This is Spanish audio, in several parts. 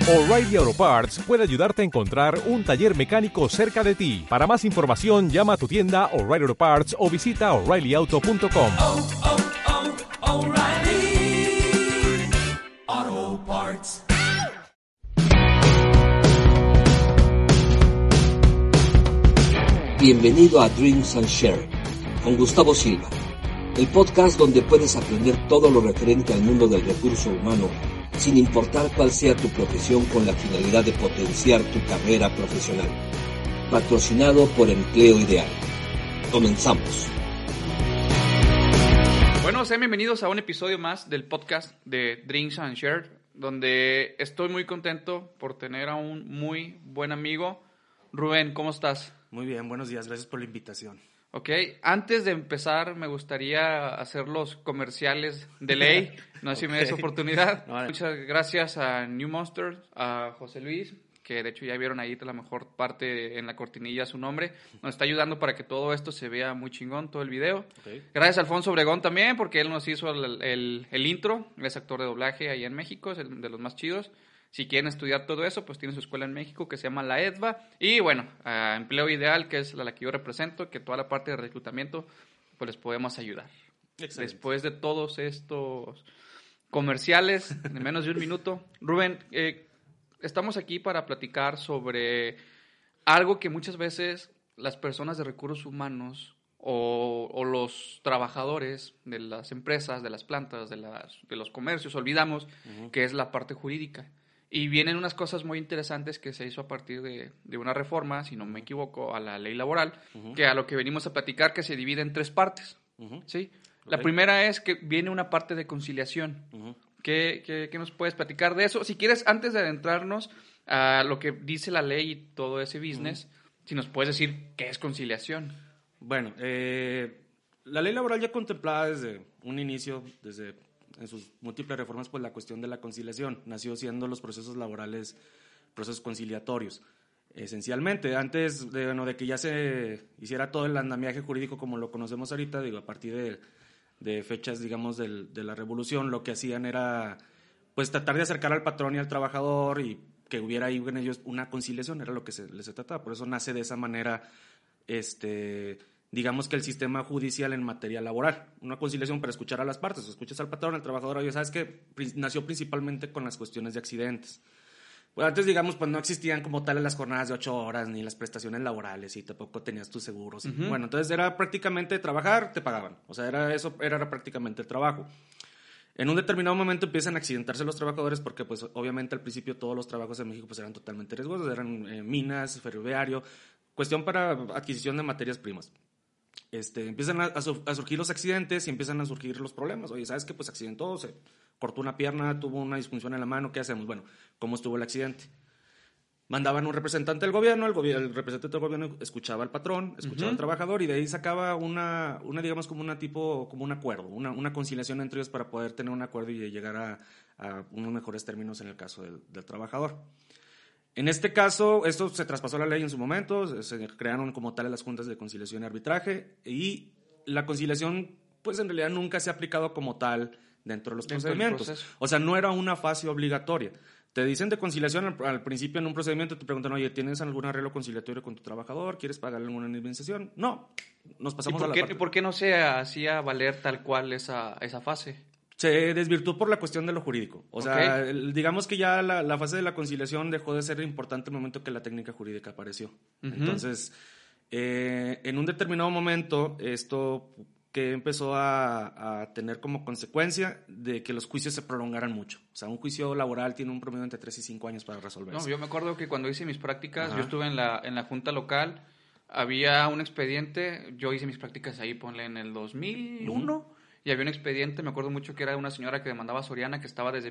O'Reilly Auto Parts puede ayudarte a encontrar un taller mecánico cerca de ti. Para más información, llama a tu tienda O'Reilly Auto Parts o visita O'ReillyAuto.com. O'Reilly Auto Parts. Bienvenido a Dreams and Share con Gustavo Silva, el podcast donde puedes aprender todo lo referente al mundo del recurso humano, sin importar cuál sea tu profesión, con la finalidad de potenciar tu carrera profesional. Patrocinado por Empleo Ideal. Comenzamos. Bueno, sean bienvenidos a un episodio más del podcast de Dreams and Share, donde estoy muy contento por tener a un muy buen amigo. Rubén, ¿cómo estás? Muy bien, buenos días, gracias por la invitación. Ok, antes de empezar me gustaría hacer los comerciales de ley, no sé si me des oportunidad. Vale. Muchas gracias a New Monster, a José Luis, que de hecho ya vieron ahí la mejor parte en la cortinilla su nombre, nos está ayudando para que todo esto se vea muy chingón, todo el video. Okay. Gracias a Alfonso Obregón también, porque él nos hizo el intro, él es actor de doblaje ahí en México, es de los más chidos. Si quieren estudiar todo eso, pues tiene su escuela en México que se llama la EDVA. Y bueno, Empleo Ideal, que es la que yo represento, que toda la parte de reclutamiento, pues les podemos ayudar. Excelente. Después de todos estos comerciales, en menos de un minuto. Rubén, estamos aquí para platicar sobre algo que muchas veces las personas de recursos humanos o los trabajadores de las empresas, de las plantas, de los comercios, olvidamos, que es la parte jurídica. Y vienen unas cosas muy interesantes que se hizo a partir de una reforma, si no me equivoco, a la ley laboral, que a lo que venimos a platicar, que se divide en tres partes, ¿sí? Okay. La primera es que viene una parte de conciliación. ¿Qué nos puedes platicar de eso? Si quieres, antes de adentrarnos a lo que dice la ley y todo ese business, si nos puedes decir qué es conciliación. Bueno, la ley laboral ya contemplaba desde un inicio, en sus múltiples reformas, pues la cuestión de la conciliación. Nació siendo los procesos laborales procesos conciliatorios. Esencialmente, antes de que ya se hiciera todo el andamiaje jurídico como lo conocemos ahorita, a partir de fechas, digamos, de la revolución, lo que hacían era pues tratar de acercar al patrón y al trabajador y que hubiera ahí en ellos una conciliación, era lo que se trataba. Por eso nace de esa manera digamos que el sistema judicial en materia laboral, una conciliación para escuchar a las partes, escuchas al patrón, al trabajador. Oye, ¿sabes qué? Nació principalmente con las cuestiones de accidentes. Pues antes, digamos, pues no existían como tal las jornadas de 8 horas, ni las prestaciones laborales, y tampoco tenías tus seguros. Bueno, entonces era prácticamente trabajar, te pagaban. O sea, era prácticamente el trabajo. En un determinado momento empiezan a accidentarse los trabajadores porque, pues, obviamente al principio todos los trabajos en México pues, eran totalmente riesgosos, eran minas, ferroviario, cuestión para adquisición de materias primas. Empiezan a surgir los accidentes y empiezan a surgir los problemas. Oye, ¿sabes qué? Pues accidentó, se cortó una pierna, tuvo una disfunción en la mano, ¿qué hacemos? Bueno, ¿cómo estuvo el accidente? Mandaban un representante del gobierno, el representante del gobierno escuchaba al patrón, escuchaba al trabajador y de ahí sacaba una digamos, como un acuerdo, una conciliación entre ellos para poder tener un acuerdo y llegar a unos mejores términos en el caso del trabajador. En este caso, esto se traspasó a la ley en su momento, se crearon como tales las juntas de conciliación y arbitraje, y la conciliación, pues en realidad nunca se ha aplicado como tal dentro de los procedimientos. O sea, no era una fase obligatoria. Te dicen de conciliación al principio en un procedimiento, te preguntan, oye, ¿tienes algún arreglo conciliatorio con tu trabajador? ¿Quieres pagarle alguna indemnización? No, nos pasamos a la parte. ¿Y por qué no se hacía valer tal cual esa fase? Se desvirtuó por la cuestión de lo jurídico. O sea, digamos que ya la fase de la conciliación dejó de ser importante en el momento que la técnica jurídica apareció. Entonces, en un determinado momento, esto que empezó a tener como consecuencia de que los juicios se prolongaran mucho. O sea, un juicio laboral tiene un promedio entre 3 y 5 años para resolverse. No, yo me acuerdo que cuando hice mis prácticas, yo estuve en la junta local, había un expediente, yo hice mis prácticas ahí, ponle en el 2001, y había un expediente, me acuerdo mucho que era una señora que demandaba a Soriana, que estaba desde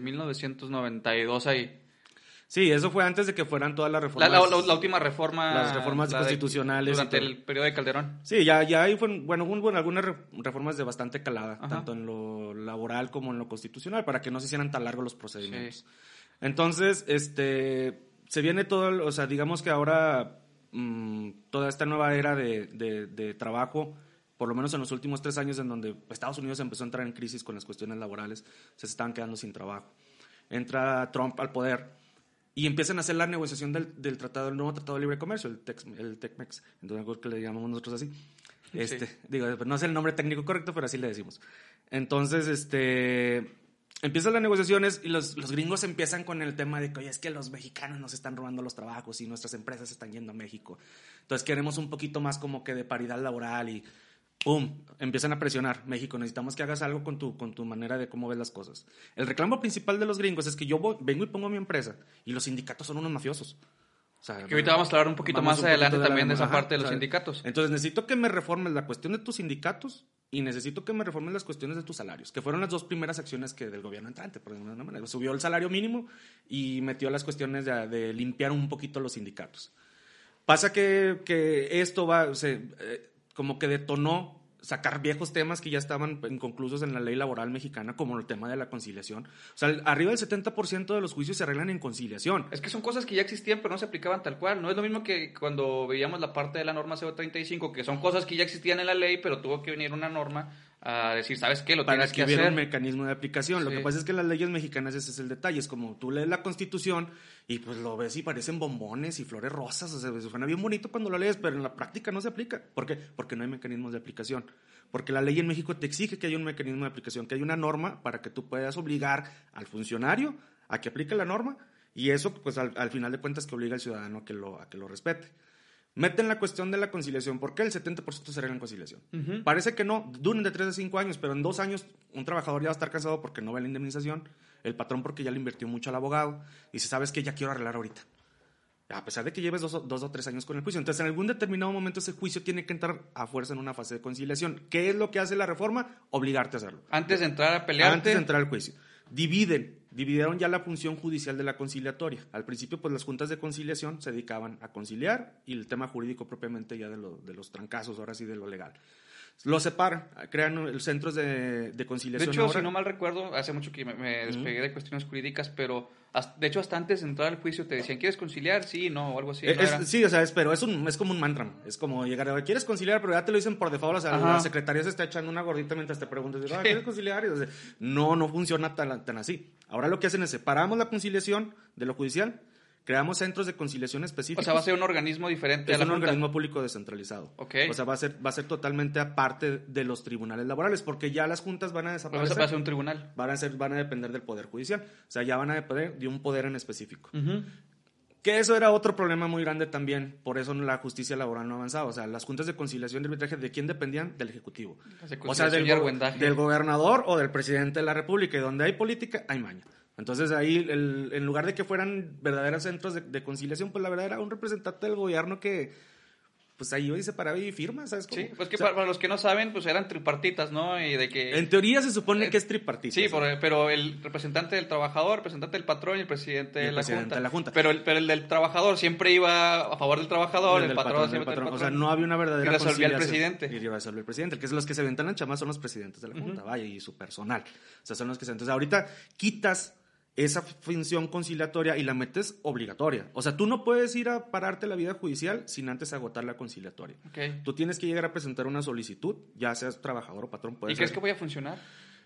1992 ahí. Sí, eso fue antes de que fueran todas las reformas. La última reforma. Las reformas constitucionales. Durante el periodo de Calderón. Sí, ya ahí hubo algunas reformas de bastante calada, tanto en lo laboral como en lo constitucional, para que no se hicieran tan largos los procedimientos. Sí. Entonces, se viene todo, o sea, digamos que ahora toda esta nueva era de trabajo, por lo menos en los últimos 3 años, en donde Estados Unidos empezó a entrar en crisis con las cuestiones laborales, se estaban quedando sin trabajo. Entra Trump al poder y empiezan a hacer la negociación del nuevo Tratado de Libre Comercio, el TECMEX, entonces creo que le llamamos nosotros así. Sí. Digo, no es el nombre técnico correcto, pero así le decimos. Entonces, empiezan las negociaciones y los gringos empiezan con el tema de que, oye, es que los mexicanos nos están robando los trabajos y nuestras empresas están yendo a México. Entonces queremos un poquito más como que de paridad laboral y ¡pum! Empiezan a presionar. México, necesitamos que hagas algo con tu manera de cómo ves las cosas. El reclamo principal de los gringos es que yo vengo y pongo mi empresa y los sindicatos son unos mafiosos. O sea, que ahorita vamos a hablar un poquito más adelante también de esa parte de los sindicatos. Entonces necesito que me reformes la cuestión de tus sindicatos y necesito que me reformes las cuestiones de tus salarios, que fueron las dos primeras acciones del gobierno entrante, por alguna manera. Subió el salario mínimo y metió las cuestiones de limpiar un poquito los sindicatos. Pasa que esto como que detonó sacar viejos temas que ya estaban inconclusos en la ley laboral mexicana, como el tema de la conciliación. O sea, arriba del 70% de los juicios se arreglan en conciliación. Es que son cosas que ya existían, pero no se aplicaban tal cual. No es lo mismo que cuando veíamos la parte de la norma CO35, que son cosas que ya existían en la ley, pero tuvo que venir una norma a decir, ¿sabes qué? Lo tienes que hacer. Para que hubiera un mecanismo de aplicación. Sí. Lo que pasa es que en las leyes mexicanas ese es el detalle. Es como tú lees la Constitución y pues lo ves y parecen bombones y flores rosas. O sea, suena bien bonito cuando lo lees, pero en la práctica no se aplica. ¿Por qué? Porque no hay mecanismos de aplicación. Porque la ley en México te exige que haya un mecanismo de aplicación, que haya una norma para que tú puedas obligar al funcionario a que aplique la norma y eso, pues al final de cuentas, que obliga al ciudadano a que lo respete. Meten la cuestión de la conciliación. ¿Por qué el 70% se arregla en conciliación? Uh-huh. Parece que no, duran de 3 a 5 años, pero en 2 años un trabajador ya va a estar cansado porque no ve la indemnización, el patrón porque ya le invirtió mucho al abogado y si sabes que ya quiero arreglar ahorita. A pesar de que lleves 2 o 3 años con el juicio. Entonces, en algún determinado momento ese juicio tiene que entrar a fuerza en una fase de conciliación. ¿Qué es lo que hace la reforma? Obligarte a hacerlo. Antes de entrar a pelearte. Antes de entrar al juicio. Dividieron ya la función judicial de la conciliatoria. Al principio, pues las juntas de conciliación se dedicaban a conciliar y el tema jurídico propiamente ya de los trancazos, ahora sí de lo legal. Lo separan, crean centros de conciliación. De hecho, si no mal recuerdo, hace mucho que me despegué de cuestiones jurídicas, pero de hecho hasta antes de entrar al juicio te decían, ¿quieres conciliar? Sí, no, o algo así. Sí, o sea, pero es como un mantra. Es como llegar, ¿quieres conciliar? Pero ya te lo dicen por default, o sea, la secretaría se está echando una gordita mientras te preguntas, ¿quieres conciliar? Y, o sea, no funciona tan así. Ahora lo que hacen es separamos la conciliación de lo judicial, creamos centros de conciliación específicos. O sea, va a ser un organismo diferente. Es un organismo público descentralizado. Okay. O sea, va a ser totalmente aparte de los tribunales laborales, porque ya las juntas van a desaparecer. Va a ser un tribunal. Van a depender del Poder Judicial. O sea, ya van a depender de un poder en específico. Uh-huh. Que eso era otro problema muy grande también, por eso la justicia laboral no avanzaba. O sea, las juntas de conciliación y arbitraje, ¿de quién dependían? Del Ejecutivo. O sea, del gobernador o del presidente de la República. Y donde hay política, hay maña. Entonces ahí, en lugar de que fueran verdaderos centros de conciliación, pues la verdad era un representante del gobierno que pues ahí iba y se paraba y firma, ¿sabes cómo? Sí, pues que para los que no saben, pues eran tripartitas, ¿no? Y de que en teoría se supone que es tripartita. Sí, pero el representante del trabajador, el representante del patrón y el presidente de la Junta. Pero el del trabajador siempre iba a favor del trabajador, el patrón siempre del patrón. O sea, no había una verdadera conciliación. El presidente. Y resolvió el presidente, que es los que se aventan la chama son los presidentes de la Junta, vaya, y su personal. O sea, son los que se... Entonces, ahorita quitas esa función conciliatoria y la metes obligatoria. O sea, tú no puedes ir a pararte la vida judicial sin antes agotar la conciliatoria. Okay. Tú tienes que llegar a presentar una solicitud, ya seas trabajador o patrón. ¿Y crees que vaya a funcionar?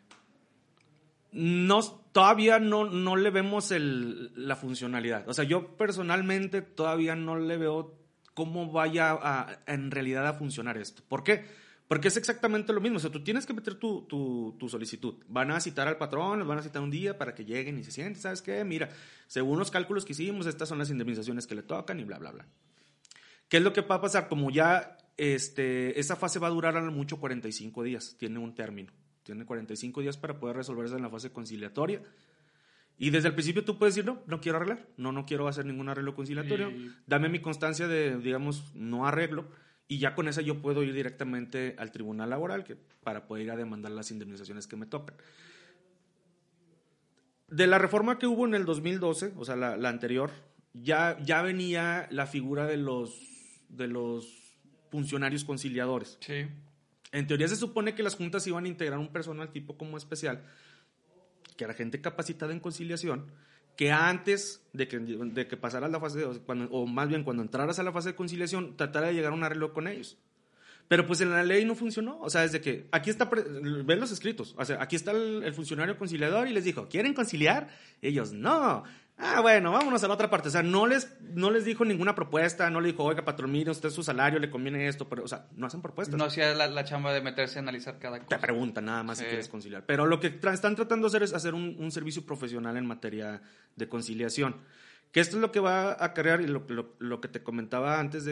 No, todavía no le vemos la funcionalidad. O sea, yo personalmente todavía no le veo cómo vaya en realidad a funcionar esto. ¿Por qué? Porque es exactamente lo mismo. O sea, tú tienes que meter tu solicitud. Van a citar al patrón, los van a citar un día para que lleguen y se sienten. ¿Sabes qué? Mira, según los cálculos que hicimos, estas son las indemnizaciones que le tocan y bla, bla, bla. ¿Qué es lo que va a pasar? Como ya esa fase va a durar a lo mucho 45 días. Tiene un término. Tiene 45 días para poder resolverse en la fase conciliatoria. Y desde el principio tú puedes decir, no quiero arreglar. No quiero hacer ningún arreglo conciliatorio. Dame mi constancia de, digamos, no arreglo. Y ya con esa yo puedo ir directamente al tribunal laboral para poder ir a demandar las indemnizaciones que me tocan. De la reforma que hubo en el 2012, o sea, la anterior, ya venía la figura de los funcionarios conciliadores. Sí. En teoría se supone que las juntas iban a integrar un personal tipo como especial, que era gente capacitada en conciliación, que antes de que pasaras la fase, o más bien cuando entraras a la fase de conciliación, tratara de llegar a un arreglo con ellos. Pero pues en la ley no funcionó. O sea, desde que aquí está, ven los escritos, o sea, aquí está el funcionario conciliador y les dijo, ¿quieren conciliar? Ellos, no. Bueno, vámonos a la otra parte. O sea, no les dijo ninguna propuesta, no le dijo, oiga, patrón, mire, usted su salario, le conviene esto, pero, o sea, no hacen propuestas. No hacía la chamba de meterse a analizar cada cosa. Te preguntan nada más si quieres conciliar. Pero lo que están tratando de hacer es hacer un servicio profesional en materia de conciliación. Que esto es lo que va a crear, y lo que te comentaba antes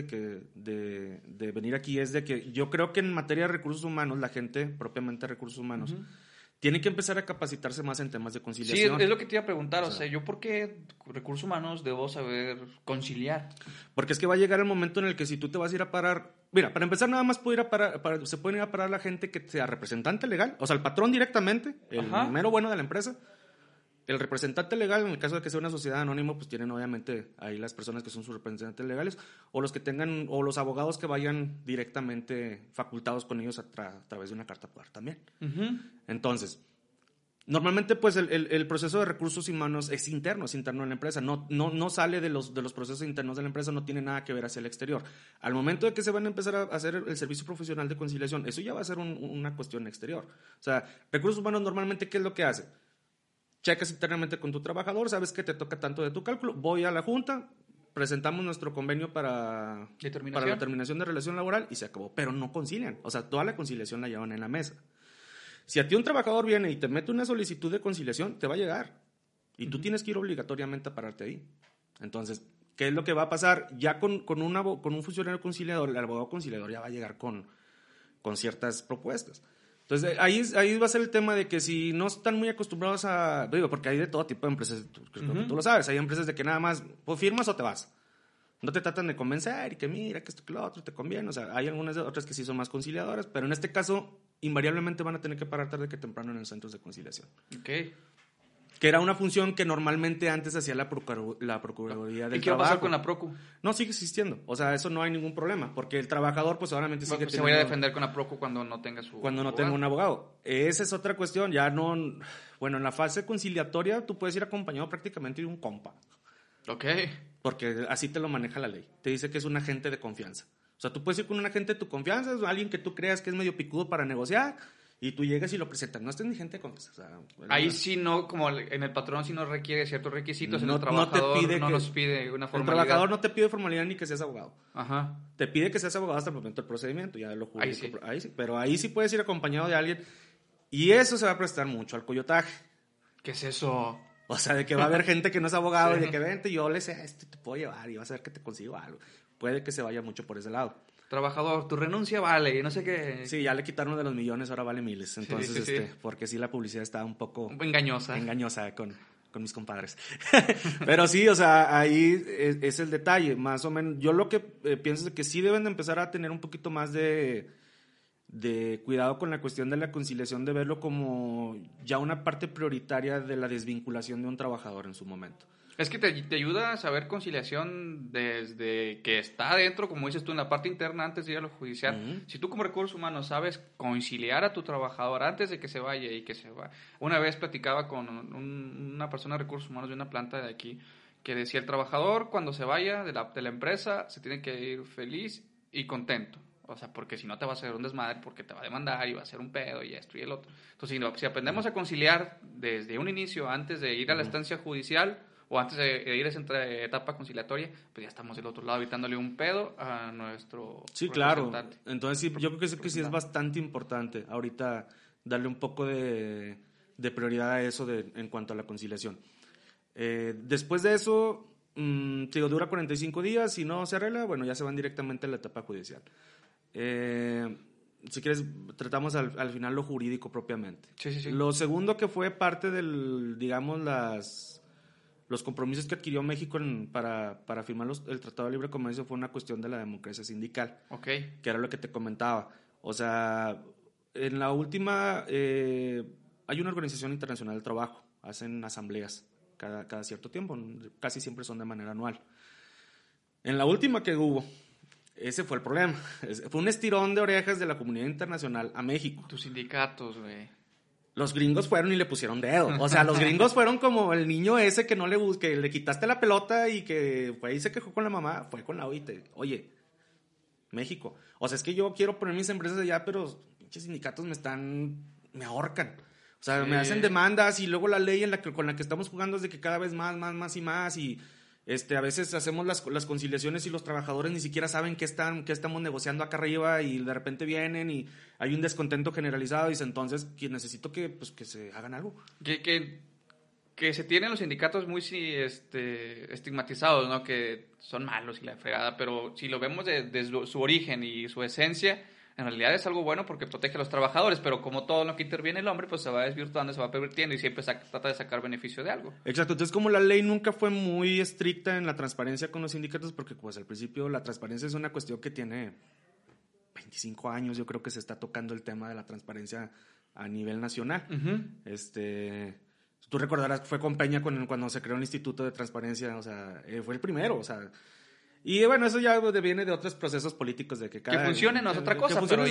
de venir aquí, es de que yo creo que en materia de recursos humanos, la gente, propiamente recursos humanos, tiene que empezar a capacitarse más en temas de conciliación. Sí, es lo que te iba a preguntar. O sea, ¿yo por qué recursos humanos debo saber conciliar? Porque es que va a llegar el momento en el que si tú te vas a ir a parar... Mira, para empezar nada más se pueden ir a parar la gente que sea representante legal, o sea, el patrón directamente, el mero bueno de la empresa. El representante legal, en el caso de que sea una sociedad anónima, pues tienen obviamente ahí las personas que son sus representantes legales, o los que tengan, o los abogados que vayan directamente facultados con ellos a través de una carta poder también. Entonces, normalmente pues el proceso de recursos humanos es interno en la empresa, no sale de los procesos internos de la empresa, no tiene nada que ver hacia el exterior. Al momento de que se van a empezar a hacer el servicio profesional de conciliación, eso ya va a ser una cuestión exterior. O sea, recursos humanos normalmente, ¿qué es lo que hace? Checas internamente con tu trabajador, sabes que te toca tanto de tu cálculo, voy a la junta, presentamos nuestro convenio para la terminación de relación laboral y se acabó, pero no concilian, o sea, toda la conciliación la llevan en la mesa. Si a ti un trabajador viene y te mete una solicitud de conciliación, te va a llegar y tú tienes que ir obligatoriamente a pararte ahí. Entonces, ¿qué es lo que va a pasar? Ya con un funcionario conciliador, el abogado conciliador ya va a llegar con ciertas propuestas. Entonces, ahí va a ser el tema de que si no están muy acostumbrados porque hay de todo tipo de empresas, creo que tú lo sabes, hay empresas de que nada más, pues firmas o te vas. No te tratan de convencer y que mira, que esto, que lo otro, te conviene. O sea, hay algunas otras que sí son más conciliadoras, pero en este caso, invariablemente van a tener que parar tarde que temprano en los centros de conciliación. Okay. Que era una función que normalmente antes hacía la Procuraduría del Trabajo. ¿Y qué va a pasar con la Procu? No, sigue existiendo. O sea, eso no hay ningún problema, porque el trabajador pues obviamente sigue teniendo... Se va a defender con la Procu cuando no tenga su... Cuando no tenga un abogado. Esa es otra cuestión. Ya no... Bueno, en la fase conciliatoria tú puedes ir acompañado prácticamente de un compa. Ok. Porque así te lo maneja la ley. Te dice que es un agente de confianza. O sea, tú puedes ir con un agente de tu confianza, es alguien que tú creas que es medio picudo para negociar... Y tú llegas y lo presentas. No estés ni gente con... O sea, ahí sí no, como en el patrón sí no requiere ciertos requisitos. En el trabajador no nos pide una formalidad. El trabajador no te pide formalidad ni que seas abogado. Ajá. Te pide que seas abogado hasta el momento del procedimiento. Ya lo jurídico. Ahí sí. Pero ahí sí puedes ir acompañado de alguien. Y eso se va a prestar mucho al coyotaje. ¿Qué es eso? O sea, de que va a haber gente que no es abogado y de que vente, yo le sé a esto, te puedo llevar y vas a ver que te consigo algo. Puede que se vaya mucho por ese lado. Trabajador, tu renuncia vale, y no sé qué. Sí, ya le quitaron de los millones, ahora vale miles. Entonces, sí. porque sí la publicidad está un poco... Engañosa con mis compadres. Pero sí, o sea, ahí es el detalle, más o menos. Yo lo que pienso es que sí deben de empezar a tener un poquito más de cuidado con la cuestión de la conciliación, de verlo como ya una parte prioritaria de la desvinculación de un trabajador en su momento. Es que te ayuda a saber conciliación desde que está adentro, como dices tú, en la parte interna antes de ir a lo judicial. Uh-huh. Si tú como recursos humanos sabes conciliar a tu trabajador antes de que se vaya y que se va. Una vez platicaba con una persona de recursos humanos de una planta de aquí que decía el trabajador cuando se vaya de la empresa se tiene que ir feliz y contento. O sea, porque si no te va a hacer un desmadre, porque te va a demandar y va a ser un pedo y esto y el otro. Entonces, si aprendemos a conciliar desde un inicio, antes de ir a la estancia judicial, o antes de ir a esa etapa conciliatoria, pues ya estamos del otro lado evitándole un pedo a nuestro sí, claro. Entonces, sí, yo creo que sí es bastante importante ahorita darle un poco de prioridad a eso en cuanto a la conciliación. Después de eso, dura 45 días, si no se arregla, bueno, ya se van directamente a la etapa judicial. Si quieres, tratamos al final lo jurídico propiamente. Sí. Lo segundo que fue parte digamos, los compromisos que adquirió México para firmar el Tratado de Libre Comercio fue una cuestión de la democracia sindical. Okay. Que era lo que te comentaba. O sea, en la última hay una organización internacional del trabajo. Hacen asambleas cada cierto tiempo. Casi siempre son de manera anual. En la última que hubo, ese fue el problema. Fue un estirón de orejas de la comunidad internacional a México. Tus sindicatos, güey. Los gringos fueron y le pusieron dedo. O sea, los gringos fueron como el niño ese que no que le quitaste la pelota y que fue ahí se quejó con la mamá, fue con la OIT. Oye, México. O sea, es que yo quiero poner mis empresas allá, pero pinches sindicatos me ahorcan. O sea, me hacen demandas y luego la ley con la que estamos jugando es de que cada vez más y a veces hacemos las conciliaciones y los trabajadores ni siquiera saben qué estamos negociando acá arriba y de repente vienen y hay un descontento generalizado y dice, entonces necesito que se hagan algo. Que se tienen los sindicatos muy estigmatizados, ¿no? Que son malos y la fregada, pero si lo vemos desde su origen y su esencia, en realidad es algo bueno porque protege a los trabajadores, pero como todo lo que interviene el hombre, pues se va desvirtuando, se va pervirtiendo y siempre trata de sacar beneficio de algo. Exacto, entonces como la ley nunca fue muy estricta en la transparencia con los sindicatos, porque pues al principio la transparencia es una cuestión que tiene 25 años, yo creo que se está tocando el tema de la transparencia a nivel nacional. Uh-huh. Tú recordarás, fue con Peña cuando se creó el Instituto de Transparencia, o sea, fue el primero, o sea... Y bueno, eso ya viene de otros procesos políticos de que que funcionen no es otra cosa, pero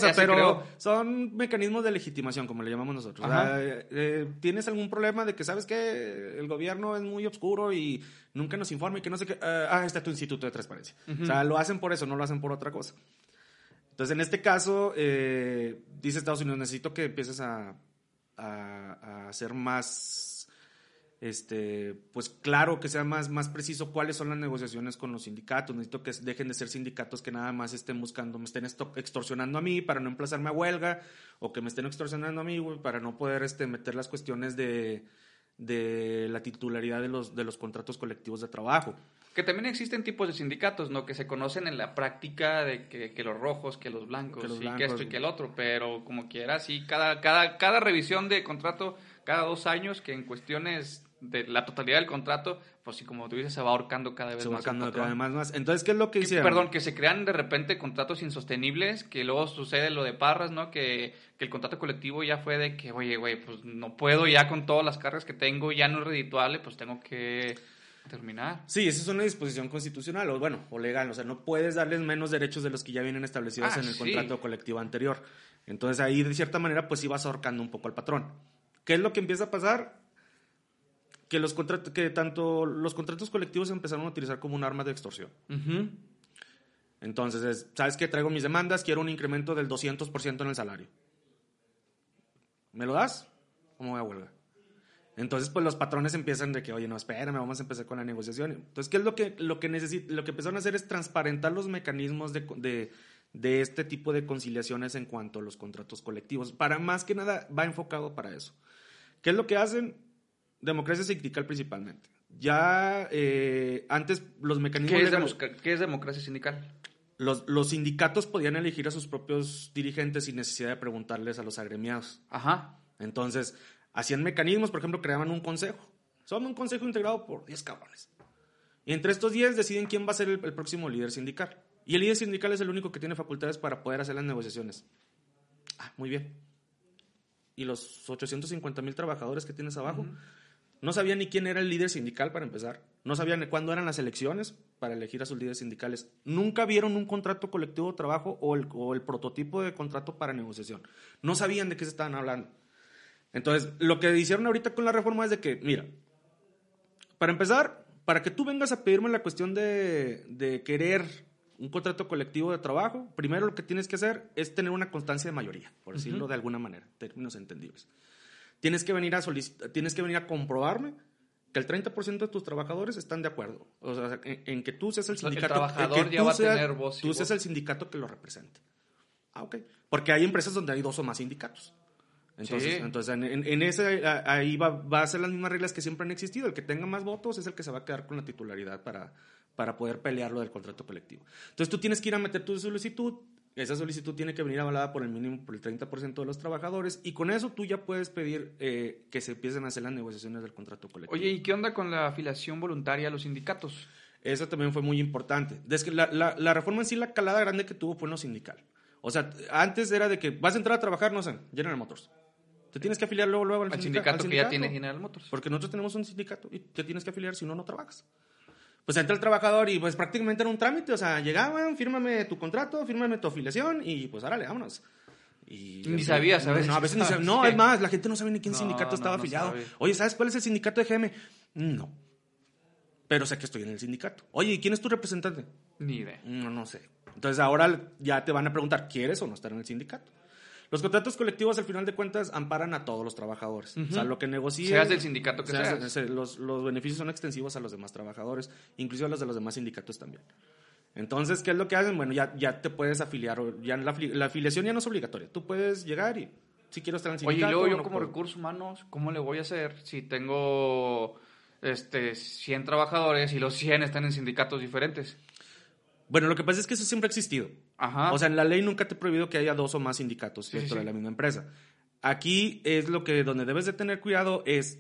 son mecanismos de legitimación, como le llamamos nosotros. O sea, ¿tienes algún problema de que sabes que el gobierno es muy oscuro y nunca nos informa y que no sé qué? Está tu Instituto de Transparencia. Uh-huh. O sea, lo hacen por eso, no lo hacen por otra cosa. Entonces, en este caso, dice Estados Unidos, necesito que empieces a hacer más... pues claro, que sea más preciso cuáles son las negociaciones con los sindicatos. Necesito que dejen de ser sindicatos que nada más estén buscando, me estén extorsionando a mí para no emplazarme a huelga, o que me estén extorsionando a mí para no poder meter las cuestiones de la titularidad de los contratos colectivos de trabajo. Que también existen tipos de sindicatos, ¿no? Que se conocen en la práctica de que los rojos, que los blancos, que esto y que el otro, pero como quiera, sí, cada revisión de contrato, cada 2 años, que en cuestiones de la totalidad del contrato, pues sí, como tú dices, se va ahorcando cada vez más. Entonces, ¿qué es lo que hicieron? Que se crean de repente contratos insostenibles, que luego sucede lo de Parras, ¿no? Que el contrato colectivo ya fue de que, oye, güey, pues no puedo ya con todas las cargas que tengo, ya no es redituable, pues tengo que terminar. Sí, esa es una disposición constitucional o legal, o sea, no puedes darles menos derechos de los que ya vienen establecidos en el contrato colectivo anterior. Entonces ahí, de cierta manera, pues sí vas ahorcando un poco al patrón. ¿Qué es lo que empieza a pasar? Que tanto los contratos colectivos se empezaron a utilizar como un arma de extorsión. Uh-huh. Entonces, ¿sabes qué? Traigo mis demandas, quiero un incremento del 200% en el salario. ¿Me lo das? ¿O me voy a huelga? Entonces, pues los patrones empiezan de que, oye, no, espérame, vamos a empezar con la negociación. Entonces, ¿qué es lo que empezaron a hacer es transparentar los mecanismos de este tipo de conciliaciones en cuanto a los contratos colectivos. Para más que nada, va enfocado para eso. ¿Qué es lo que hacen? Democracia sindical principalmente. Ya antes los mecanismos... ¿Qué es democracia sindical? Los sindicatos podían elegir a sus propios dirigentes sin necesidad de preguntarles a los agremiados. Ajá. Entonces, hacían mecanismos, por ejemplo, creaban un consejo. Son un consejo integrado por 10 cabrones. Y entre estos 10 deciden quién va a ser el próximo líder sindical. Y el líder sindical es el único que tiene facultades para poder hacer las negociaciones. Muy bien. Y los 850,000 trabajadores que tienes abajo... Uh-huh. No sabían ni quién era el líder sindical para empezar. No sabían ni cuándo eran las elecciones para elegir a sus líderes sindicales. Nunca vieron un contrato colectivo de trabajo o el prototipo de contrato para negociación. No sabían de qué se estaban hablando. Entonces, lo que hicieron ahorita con la reforma es de que, mira, para empezar, para que tú vengas a pedirme la cuestión de querer un contrato colectivo de trabajo, primero lo que tienes que hacer es tener una constancia de mayoría, por decirlo de alguna manera, términos entendibles. Tienes que venir a comprobarme que el 30% de tus trabajadores están de acuerdo. O sea, en que tú seas el sindicato. El trabajador ya va a tener voz. Tú seas el sindicato que lo represente. Ok. Porque hay empresas donde hay 2 o más sindicatos. Entonces en ese, ahí va a ser las mismas reglas que siempre han existido. El que tenga más votos es el que se va a quedar con la titularidad para poder pelear lo del contrato colectivo. Entonces tú tienes que ir a meter tu solicitud. Esa solicitud tiene que venir avalada por el 30% de los trabajadores y con eso tú ya puedes pedir que se empiecen a hacer las negociaciones del contrato colectivo. Oye, ¿y qué onda con la afiliación voluntaria a los sindicatos? Eso también fue muy importante. Desde que la reforma en sí, la calada grande que tuvo fue en lo sindical. O sea, antes era de que vas a entrar a trabajar, no sé, General Motors. Te tienes que afiliar luego al sindicato que ya tiene General Motors. Porque nosotros tenemos un sindicato y te tienes que afiliar, si no, no trabajas. Pues entra el trabajador y pues prácticamente era un trámite, o sea, llegaban, fírmame tu contrato, fírmame tu afiliación y pues árale, vámonos. Y ni sabía, ¿sabes? No, a veces ni sabía. No, es más, la gente no sabe ni quién sindicato estaba afiliado. Sabe. Oye, ¿sabes cuál es el sindicato de GM? No. Pero sé que estoy en el sindicato. Oye, ¿y quién es tu representante? Ni idea. No sé. Entonces ahora ya te van a preguntar, ¿quieres o no estar en el sindicato? Los contratos colectivos, al final de cuentas, amparan a todos los trabajadores. O sea, lo que negocien... Seas del sindicato que seas. Los beneficios son extensivos a los demás trabajadores, incluso a los de los demás sindicatos también. Entonces, ¿qué es lo que hacen? Bueno, ya te puedes afiliar. Ya la afiliación ya no es obligatoria. Tú puedes llegar y, si quiero estar en el sindicato... Oye, yo como recursos humanos, ¿cómo le voy a hacer si tengo 100 trabajadores y los 100 están en sindicatos diferentes? Bueno, lo que pasa es que eso siempre ha existido. Ajá. O sea, en la ley nunca te he prohibido que haya 2 o más sindicatos dentro de la misma empresa. Aquí es donde debes de tener cuidado es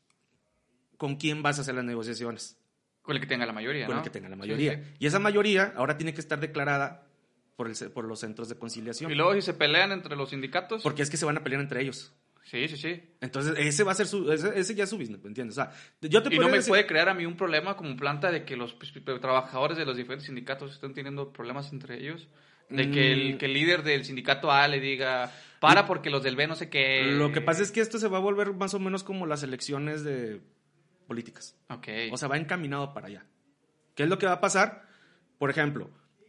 con quién vas a hacer las negociaciones. Con el que tenga la mayoría, Con ¿no? el que tenga la mayoría. Sí. Y esa mayoría ahora tiene que estar declarada por los centros de conciliación. Y luego si se pelean entre los sindicatos... Porque es que se van a pelear entre ellos. Sí. Entonces, ese va a ser ese ya es su business, ¿me entiendes? O sea, yo te y no me decir... puede crear a mí un problema como planta de que los trabajadores de los diferentes sindicatos estén teniendo problemas entre ellos. De que el líder del sindicato A le diga, porque los del B no sé qué. Lo que pasa es que esto se va a volver más o menos como las elecciones de políticas. Okay. O sea, va encaminado para allá. ¿Qué es lo que va a pasar? Por ejemplo,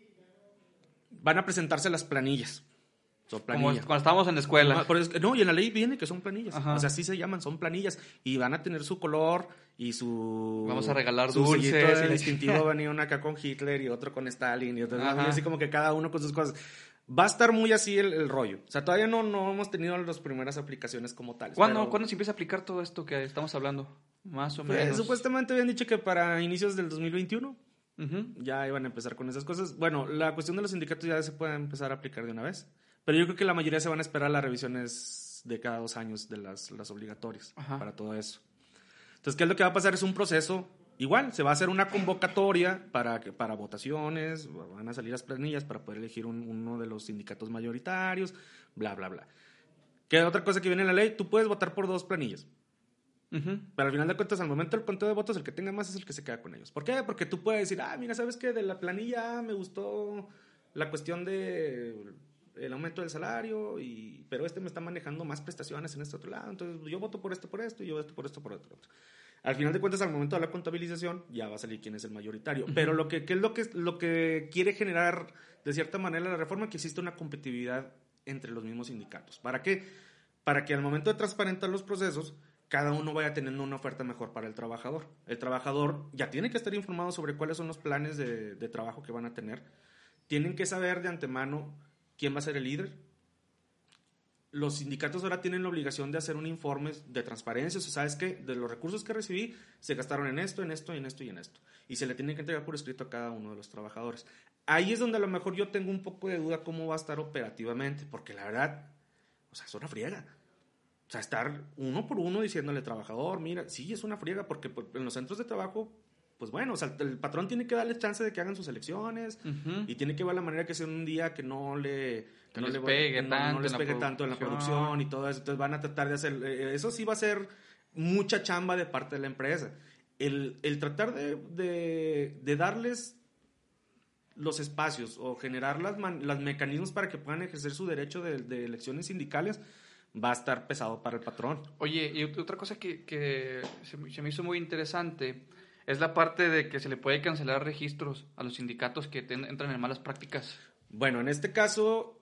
van a presentarse las planillas. Son planillas. Como cuando estábamos en la escuela. No, y en la ley viene que son planillas. Ajá. O sea, así se llaman, son planillas. Y van a tener su color y su... Vamos a regalar su dulces. sellito de distintivo va a venir uno acá con Hitler y otro con Stalin y otro así como que cada uno con sus cosas. Va a estar muy así el rollo. O sea, todavía no hemos tenido las primeras aplicaciones como tales. ¿Cuándo se empieza a aplicar todo esto que estamos hablando? Más o menos. Supuestamente habían dicho que para inicios del 2021 Uh-huh. ya iban a empezar con esas cosas. Bueno, la cuestión de los sindicatos ya se puede empezar a aplicar de una vez. Pero yo creo que la mayoría se van a esperar las revisiones de cada 2 años de las obligatorias. Ajá. Para todo eso. Entonces, ¿qué es lo que va a pasar? Es un proceso igual. Se va a hacer una convocatoria para votaciones. Van a salir las planillas para poder elegir uno de los sindicatos mayoritarios. Bla, bla, bla. ¿Qué otra cosa que viene en la ley? Tú puedes votar por 2 planillas. Uh-huh. Pero al final de cuentas, al momento del conteo de votos, el que tenga más es el que se queda con ellos. ¿Por qué? Porque tú puedes decir, mira, ¿sabes qué? De la planilla me gustó la cuestión de el aumento del salario, pero me está manejando más prestaciones en este otro lado, entonces yo voto por esto, y yo voto por esto, por otro. Al final de cuentas, al momento de la contabilización, ya va a salir quién es el mayoritario. Uh-huh. Pero ¿qué es lo que quiere generar, de cierta manera, la reforma? Que existe una competitividad entre los mismos sindicatos. ¿Para qué? Para que al momento de transparentar los procesos, cada uno vaya teniendo una oferta mejor para el trabajador. El trabajador ya tiene que estar informado sobre cuáles son los planes de trabajo que van a tener. Tienen que saber de antemano quién va a ser el líder. Los sindicatos ahora tienen la obligación de hacer un informe de transparencia. O sea, ¿sabes qué? De los recursos que recibí, se gastaron en esto, en esto, en esto y en esto. Y se le tiene que entregar por escrito a cada uno de los trabajadores. Ahí es donde a lo mejor yo tengo un poco de duda cómo va a estar operativamente. Porque la verdad, o sea, es una friega. O sea, estar uno por uno diciéndole al trabajador, mira, sí, es una friega porque en los centros de trabajo, pues bueno, o sea, el patrón tiene que darle chance de que hagan sus elecciones. Uh-huh. Y tiene que ver la manera que sea un día que no les pegue tanto en la producción y todo eso. Entonces van a tratar de hacer, eso sí va a ser mucha chamba de parte de la empresa. El tratar de darles los espacios o generar los mecanismos para que puedan ejercer su derecho de elecciones sindicales va a estar pesado para el patrón. Oye, y otra cosa que se me hizo muy interesante es la parte de que se le puede cancelar registros a los sindicatos que entran en malas prácticas. Bueno, en este caso,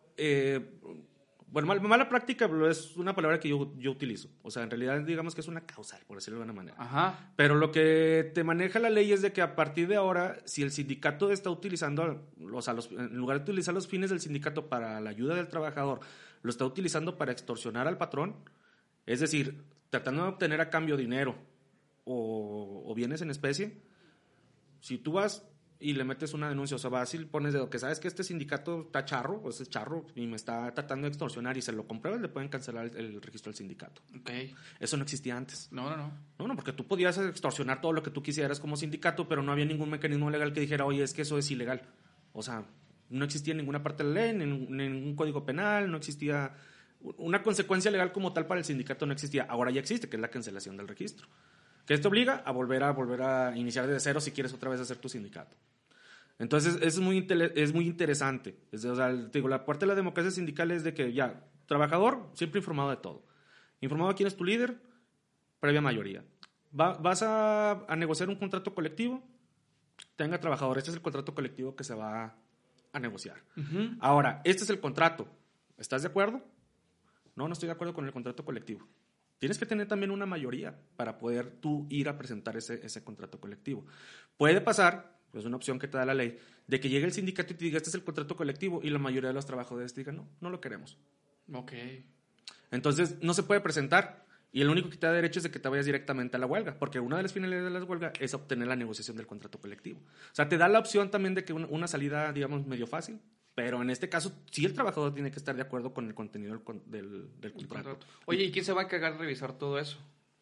mala práctica es una palabra que yo utilizo. O sea, en realidad digamos que es una causal, por decirlo de alguna manera. Ajá. Pero lo que te maneja la ley es de que a partir de ahora, si el sindicato está utilizando, o sea, en lugar de utilizar los fines del sindicato para la ayuda del trabajador, lo está utilizando para extorsionar al patrón, es decir, tratando de obtener a cambio dinero o bienes en especie. Si tú vas y le metes una denuncia, o sea, vas y pones de que sabes que este sindicato está charro, o es charro, y me está tratando de extorsionar y se lo compruebas, le pueden cancelar el registro del sindicato. Okay. Eso no existía antes. No, porque tú podías extorsionar todo lo que tú quisieras como sindicato, pero no había ningún mecanismo legal que dijera, oye, es que eso es ilegal. O sea, no existía en ninguna parte de la ley, ningún código penal, no existía una consecuencia legal como tal para el sindicato, no existía. Ahora ya existe, que es la cancelación del registro. Que esto obliga a volver a iniciar desde cero si quieres otra vez hacer tu sindicato. Entonces, es muy interesante. O sea, la parte de la democracia sindical es de que ya, trabajador, siempre informado de todo. Informado de quién es tu líder, previa mayoría. Vas a negociar un contrato colectivo, tenga trabajador, este es el contrato colectivo que se va a negociar. Uh-huh. Ahora, este es el contrato. ¿Estás de acuerdo? No estoy de acuerdo con el contrato colectivo. Tienes que tener también una mayoría para poder tú ir a presentar ese contrato colectivo. Puede pasar, es una opción que te da la ley, de que llegue el sindicato y te diga, este es el contrato colectivo, y la mayoría de los trabajadores te digan, no lo queremos. Ok. Entonces, no se puede presentar, y el único que te da derecho es de que te vayas directamente a la huelga, porque una de las finalidades de la huelga es obtener la negociación del contrato colectivo. O sea, te da la opción también de que una salida, digamos, medio fácil, pero en este caso, sí el trabajador tiene que estar de acuerdo con el contenido del contrato. Oye, ¿y quién se va a encargar de revisar todo eso?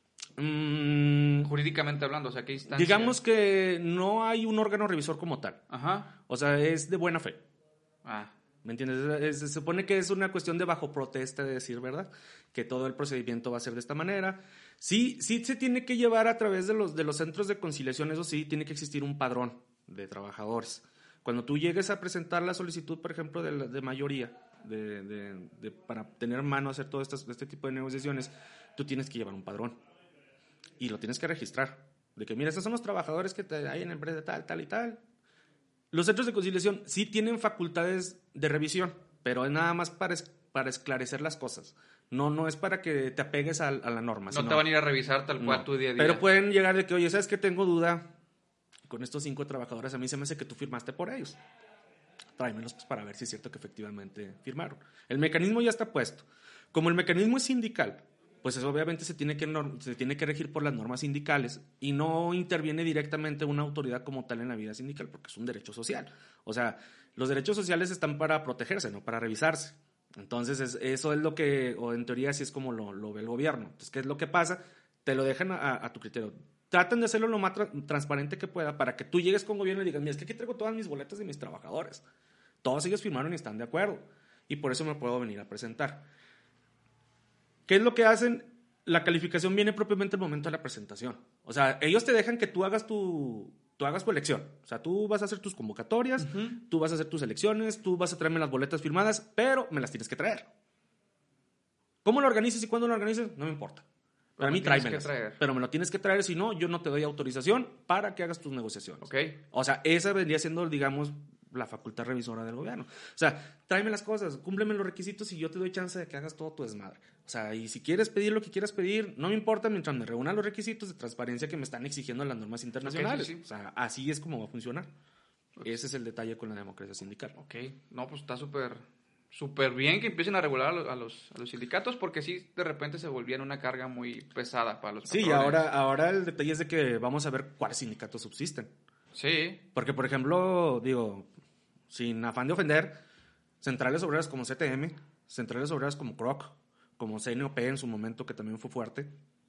Jurídicamente hablando, o sea, ¿qué instancia? Digamos que no hay un órgano revisor como tal. Ajá. O sea, es de buena fe. Ah. ¿Me entiendes? Se supone que es una cuestión de bajo protesta, de decir verdad, que todo el procedimiento va a ser de esta manera. Sí se tiene que llevar a través de los centros de conciliación, eso sí, tiene que existir un padrón de trabajadores. Cuando tú llegues a presentar la solicitud, por ejemplo, de mayoría, para tener mano a hacer todo este tipo de negociaciones, tú tienes que llevar un padrón y lo tienes que registrar. De que, mira, estos son los trabajadores que hay en la empresa tal y tal. Los centros de conciliación sí tienen facultades de revisión, pero es nada más para esclarecer las cosas. No es para que te apegues a la norma. No te van a ir a revisar tal cual tu día a día. Pero pueden llegar de que, oye, ¿sabes qué? Tengo duda con estos 5 trabajadores. A mí se me hace que tú firmaste por ellos. Tráemelos pues, para ver si es cierto que efectivamente firmaron. El mecanismo ya está puesto. Como el mecanismo es sindical, pues eso obviamente se tiene que regir por las normas sindicales y no interviene directamente una autoridad como tal en la vida sindical porque es un derecho social. O sea, los derechos sociales están para protegerse, no para revisarse. Entonces, eso es lo que, o en teoría así es como lo ve el gobierno. Entonces, ¿qué es lo que pasa? Te lo dejan a tu criterio. Tratan de hacerlo lo más transparente que pueda para que tú llegues con gobierno y digas, mira, es que aquí traigo todas mis boletas de mis trabajadores. Todos ellos firmaron y están de acuerdo. Y por eso me puedo venir a presentar. ¿Qué es lo que hacen? La calificación viene propiamente al momento de la presentación. O sea, ellos te dejan que tú hagas tu elección. O sea, tú vas a hacer tus convocatorias, tú vas a hacer tus elecciones, tú vas a traerme las boletas firmadas, pero me las tienes que traer. ¿Cómo lo organices y cuándo lo organices? No me importa. Para mí, tráemelas. Pero me lo tienes que traer, si no, yo no te doy autorización para que hagas tus negociaciones. Okay. O sea, esa vendría siendo, digamos, la facultad revisora del gobierno. O sea, tráeme las cosas, cúmpleme los requisitos y yo te doy chance de que hagas todo tu desmadre. O sea, y si quieres pedir lo que quieras pedir, no me importa mientras me reúnan los requisitos de transparencia que me están exigiendo las normas internacionales. Okay, sí. O sea, así es como va a funcionar. Okay. Ese es el detalle con la democracia sindical. Ok, no, pues está súper bien que empiecen a regular a los sindicatos, porque sí, de repente se volvían una carga muy pesada para los patrones. Sí, ahora el detalle es de que vamos a ver cuáles sindicatos subsisten. Sí. Porque, por ejemplo, digo, sin afán de ofender, centrales obreras como CTM, centrales obreras como CROC, como CNOP en su momento, que también fue fuerte,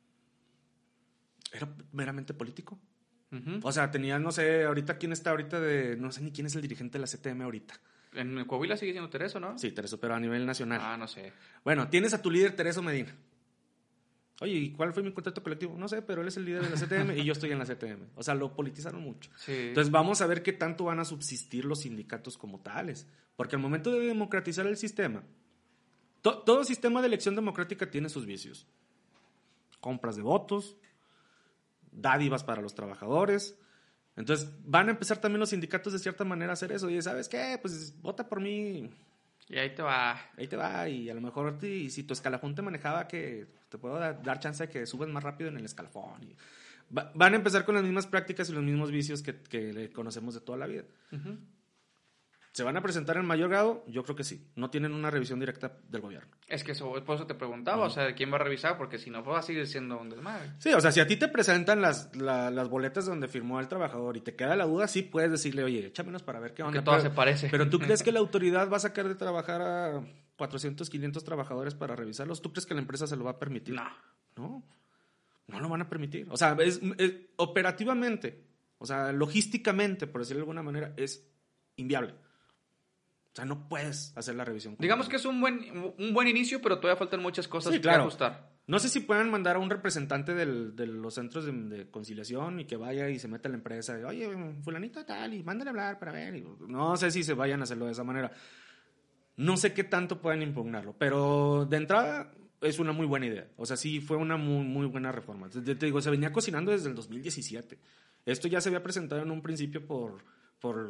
era meramente político. Uh-huh. O sea, tenían, no sé, ahorita quién está ahorita no sé ni quién es el dirigente de la CTM ahorita. En Coahuila sigue siendo Tereso, ¿no? Sí, Tereso, pero a nivel nacional. Ah, no sé. Bueno, tienes a tu líder Tereso Medina. Oye, ¿y cuál fue mi contrato colectivo? No sé, pero él es el líder de la CTM y yo estoy en la CTM. O sea, lo politizaron mucho. Sí. Entonces vamos a ver qué tanto van a subsistir los sindicatos como tales. Porque al momento de democratizar el sistema, todo sistema de elección democrática tiene sus vicios. Compras de votos, dádivas para los trabajadores. Entonces van a empezar también los sindicatos de cierta manera a hacer eso. Y ¿sabes qué? Pues vota por mí. Y ahí te va. Ahí te va. Y a lo mejor si tu escalafón te manejaba, que te puedo dar chance de que subas más rápido en el escalafón. Y van a empezar con las mismas prácticas y los mismos vicios que conocemos de toda la vida. Uh-huh. ¿Se van a presentar en mayor grado? Yo creo que sí. No tienen una revisión directa del gobierno. Es que por eso te preguntaba, o sea, ¿quién va a revisar? Porque si no, va a seguir siendo un desmadre. Sí, o sea, si a ti te presentan las boletas donde firmó el trabajador y te queda la duda, sí puedes decirle, oye, échamenos para ver qué onda. Que todo se parece. Pero ¿tú crees que la autoridad va a sacar de trabajar a 400, 500 trabajadores para revisarlos? ¿Tú crees que la empresa se lo va a permitir? No lo van a permitir. O sea, es operativamente, o sea, logísticamente, por decirlo de alguna manera, es inviable. O sea, no puedes hacer la revisión. Digamos que es un buen inicio, pero todavía faltan muchas cosas que ajustar. No sé si puedan mandar a un representante de los centros de conciliación y que vaya y se meta en la empresa. Oye, fulanito tal, y mándale a hablar para ver. No sé si se vayan a hacerlo de esa manera. No sé qué tanto puedan impugnarlo, pero de entrada es una muy buena idea. O sea, sí fue una muy, muy buena reforma. Te digo, se venía cocinando desde el 2017. Esto ya se había presentado en un principio por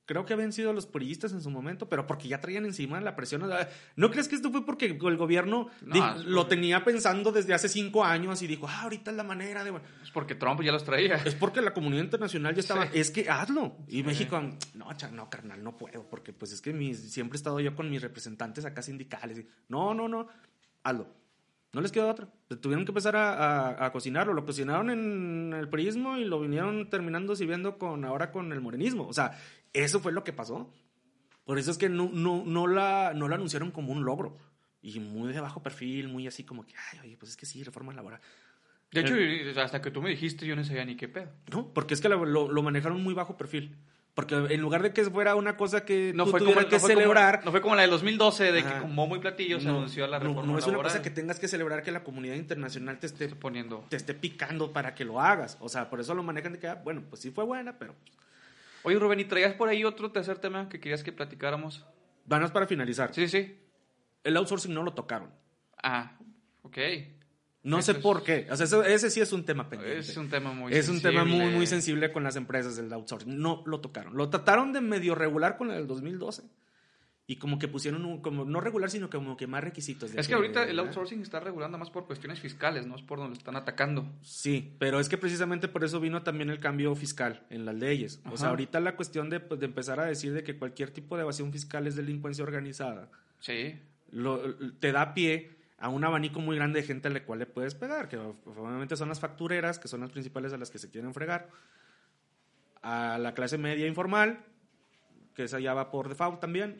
creo que habían sido los puristas en su momento, pero porque ya traían encima la presión. ¿No crees que esto fue porque el gobierno lo tenía pensando desde hace 5 años y dijo, ahorita es la manera de... Es porque Trump ya los traía. Es porque la comunidad internacional ya estaba, es que hazlo. Y México, no, carnal, no puedo, porque pues es que siempre he estado yo con mis representantes acá sindicales. Y, no, hazlo. No les quedó otra. Tuvieron que empezar a cocinarlo. Lo cocinaron en el priismo y lo vinieron terminando sirviendo ahora con el morenismo. O sea, eso fue lo que pasó. Por eso es que no la anunciaron como un logro. Y muy de bajo perfil, muy así como que, oye, pues es que sí, reforma laboral. De hecho, hasta que tú me dijiste, yo no sabía ni qué pedo. No, porque es que lo manejaron muy bajo perfil. Porque en lugar de que fuera una cosa que no tú fue tuvieras que celebrar... No fue como la del 2012, de que con bombo y platillo se anunció la reforma laboral. No es una cosa que tengas que celebrar que la comunidad internacional te esté picando para que lo hagas. O sea, por eso lo manejan de que, bueno, pues sí fue buena, pero... Oye, Rubén, ¿y traías por ahí otro tercer tema que querías que platicáramos? Vamos para finalizar. Sí. El outsourcing no lo tocaron. Ok. No sé por qué. O sea, ese sí es un tema pendiente. Es un tema muy sensible. Es un tema muy, muy sensible sensible con las empresas del outsourcing. No lo tocaron. Lo trataron de medio regular con el 2012. Y como que pusieron como no regular, sino como que más requisitos. Es que ahorita el outsourcing está regulando más por cuestiones fiscales, no es por donde lo están atacando. Sí, pero es que precisamente por eso vino también el cambio fiscal en las leyes. O sea, ahorita la cuestión de empezar a decir de que cualquier tipo de evasión fiscal es delincuencia organizada. Sí. Te da pie a un abanico muy grande de gente a la cual le puedes pegar, que obviamente son las factureras, que son las principales a las que se quieren fregar, a la clase media informal, que esa ya va por default también,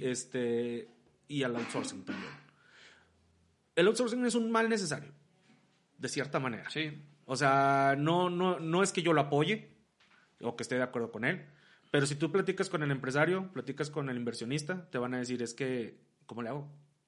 y al outsourcing también. El outsourcing es un mal necesario, de cierta manera. Sí. O sea, no es que yo lo apoye o que esté de acuerdo con él, pero si tú platicas con el empresario, platicas con el inversionista, te van a decir, es que, ¿cómo le hago?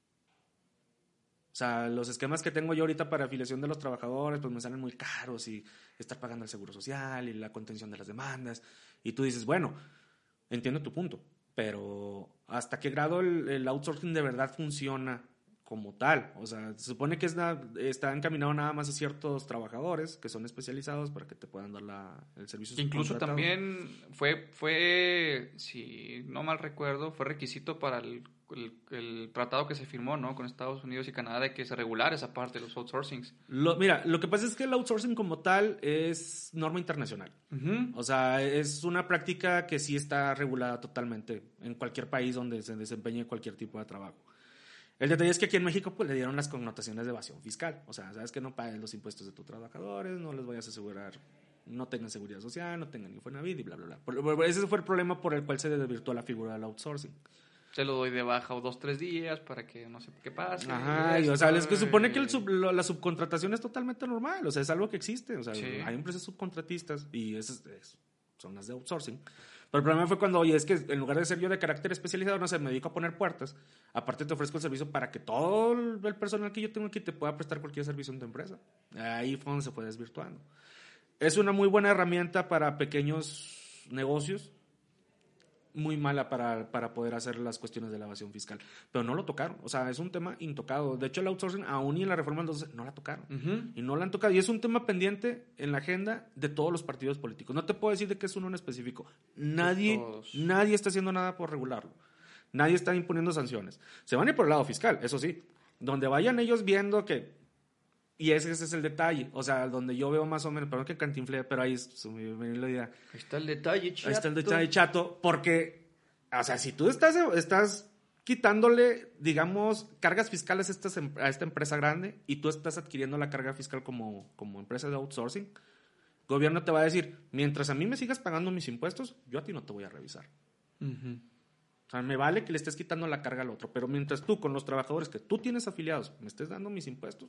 O sea, los esquemas que tengo yo ahorita para afiliación de los trabajadores, pues me salen muy caros y estar pagando el seguro social y la contención de las demandas. Y tú dices, bueno, entiendo tu punto, pero ¿hasta qué grado el outsourcing de verdad funciona como tal? O sea, se supone que está encaminado nada más a ciertos trabajadores que son especializados para que te puedan dar el servicio. Incluso también fue, si no mal recuerdo, fue requisito para el tratado que se firmó, ¿no?, con Estados Unidos y Canadá, de que se regulara esa parte de los outsourcings. Mira, lo que pasa es que el outsourcing como tal es norma internacional. O sea, es una práctica que sí está regulada totalmente en cualquier país donde se desempeñe cualquier tipo de trabajo. El detalle es que aquí en México pues le dieron las connotaciones de evasión fiscal. O sea, sabes que no pagues los impuestos de tus trabajadores, no les vayas a asegurar, no tengan seguridad social, no tengan Infonavit y bla, bla, bla. Ese fue el problema por el cual se desvirtuó la figura del outsourcing. Se lo doy de baja o 2-3 días para que no sé qué pase. O sea, es que supone que la subcontratación es totalmente normal. O sea, es algo que existe. O sea, sí, hay empresas subcontratistas y esas son las de outsourcing. Pero el problema fue cuando, oye, es que en lugar de ser yo de carácter especializado, no sé, me dedico a poner puertas. Aparte te ofrezco el servicio para que todo el personal que yo tengo aquí te pueda prestar cualquier servicio en tu empresa. Ahí fue donde se fue desvirtuando. Es una muy buena herramienta para pequeños negocios, muy mala para poder hacer las cuestiones de la evasión fiscal. Pero no lo tocaron. O sea, es un tema intocado. De hecho, el outsourcing, aún y en la reforma del 12, no la tocaron. Y no la han tocado. Y es un tema pendiente en la agenda de todos los partidos políticos. No te puedo decir de que es uno en específico. Nadie está haciendo nada por regularlo. Nadie está imponiendo sanciones. Se van a ir por el lado fiscal, eso sí. Donde vayan ellos viendo que... Y ese es el detalle. O sea, donde yo veo más o menos, perdón que cantinflé, pero ahí es la idea. Ahí está el detalle, chato. Ahí está el detalle, chato, porque, o sea, si tú estás quitándole, digamos, cargas fiscales a esta empresa grande y tú estás adquiriendo la carga fiscal como empresa de outsourcing, el gobierno te va a decir, mientras a mí me sigas pagando mis impuestos, yo a ti no te voy a revisar. O sea, me vale que le estés quitando la carga al otro, pero mientras tú, con los trabajadores que tú tienes afiliados, me estés dando mis impuestos,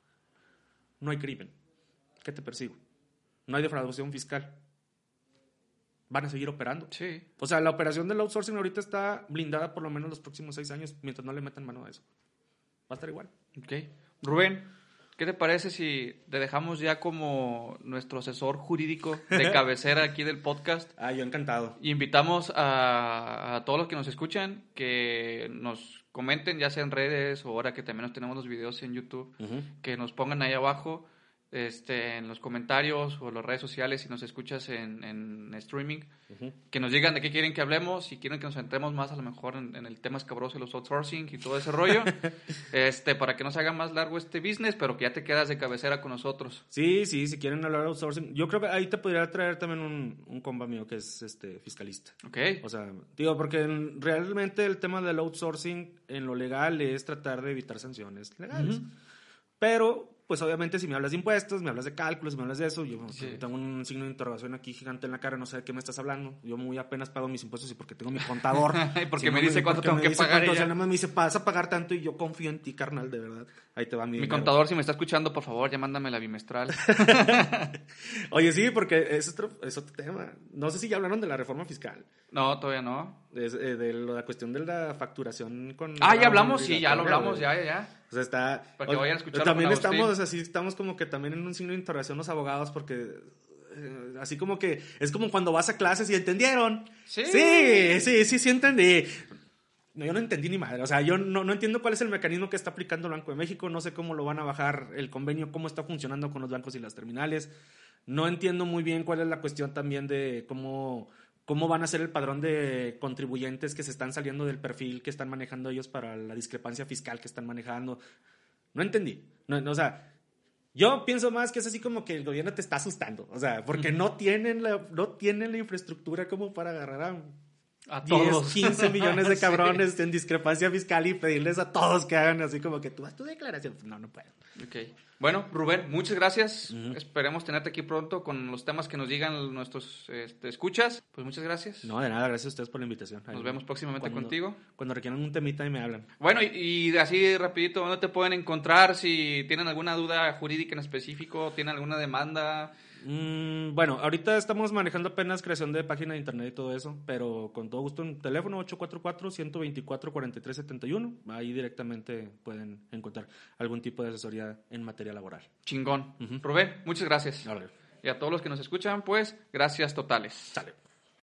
no hay crimen. ¿Qué te persigo? No hay defraudación fiscal. Van a seguir operando. Sí. O sea, la operación del outsourcing ahorita está blindada por lo menos los próximos 6 años, mientras no le metan mano a eso. Va a estar igual. Ok. Rubén, ¿qué te parece si te dejamos ya como nuestro asesor jurídico de cabecera aquí del podcast? Yo encantado. Y invitamos a todos los que nos escuchan que nos comenten, ya sea en redes o ahora que también nos tenemos los videos en YouTube, que nos pongan ahí abajo en los comentarios o en las redes sociales, si nos escuchas en streaming, que nos digan de qué quieren que hablemos, si quieren que nos centremos más a lo mejor en el tema escabroso de los outsourcing y todo ese rollo, para que no se haga más largo este business, pero que ya te quedas de cabecera con nosotros. Sí, si quieren hablar de outsourcing, yo creo que ahí te podría traer también un compa mío que es fiscalista. Ok. O sea, digo, porque realmente el tema del outsourcing en lo legal es tratar de evitar sanciones legales. Pero, pues obviamente si me hablas de impuestos, me hablas de cálculos, me hablas de eso, yo tengo un signo de interrogación aquí gigante en la cara, no sé de qué me estás hablando. Yo muy apenas pago mis impuestos y porque tengo mi contador. Y porque me dice cuánto tengo que pagar. O sea, nada más me dice, vas a pagar tanto y yo confío en ti, carnal, de verdad. Ahí te va mi dinero. Contador, si me está escuchando, por favor, ya mándame la bimestral. Oye, sí, porque es otro tema. No sé si ya hablaron de la reforma fiscal. No, todavía no. De la cuestión de la facturación con... ya hablamos, sí, ya lo hablamos, ya. O sea, está... Para que vayan a escucharlo. También estamos como que también en un signo de interrogación los abogados porque... así como que es como cuando vas a clases y ¿entendieron? Sí entendí. No, yo no entendí ni madre. O sea, yo no entiendo cuál es el mecanismo que está aplicando el Banco de México. No sé cómo lo van a bajar el convenio, cómo está funcionando con los bancos y las terminales. No entiendo muy bien cuál es la cuestión también de cómo van a ser el padrón de contribuyentes que se están saliendo del perfil que están manejando ellos para la discrepancia fiscal que están manejando. No entendí. O sea, yo pienso más que es así como que el gobierno te está asustando. O sea, porque no tienen la infraestructura como para agarrar a 10, todos. 15 millones de cabrones en discrepancia fiscal y pedirles a todos que hagan así como que tú haz tu declaración. No puedo. Ok. Bueno, Rubén, muchas gracias. Esperemos tenerte aquí pronto con los temas que nos digan nuestros escuchas. Pues muchas gracias. No, de nada, gracias a ustedes por la invitación. Nos vemos próximamente contigo. Cuando requieran un temita y me hablan. Bueno, y así rapidito, ¿dónde te pueden encontrar? Si tienen alguna duda jurídica en específico, tienen alguna demanda... Bueno, ahorita estamos manejando apenas creación de página de internet y todo eso, pero con todo gusto en teléfono 844-124-4371, ahí directamente pueden encontrar algún tipo de asesoría en materia laboral. Chingón. Rubén, muchas gracias. Vale. Y a todos los que nos escuchan, pues, gracias totales. Sale.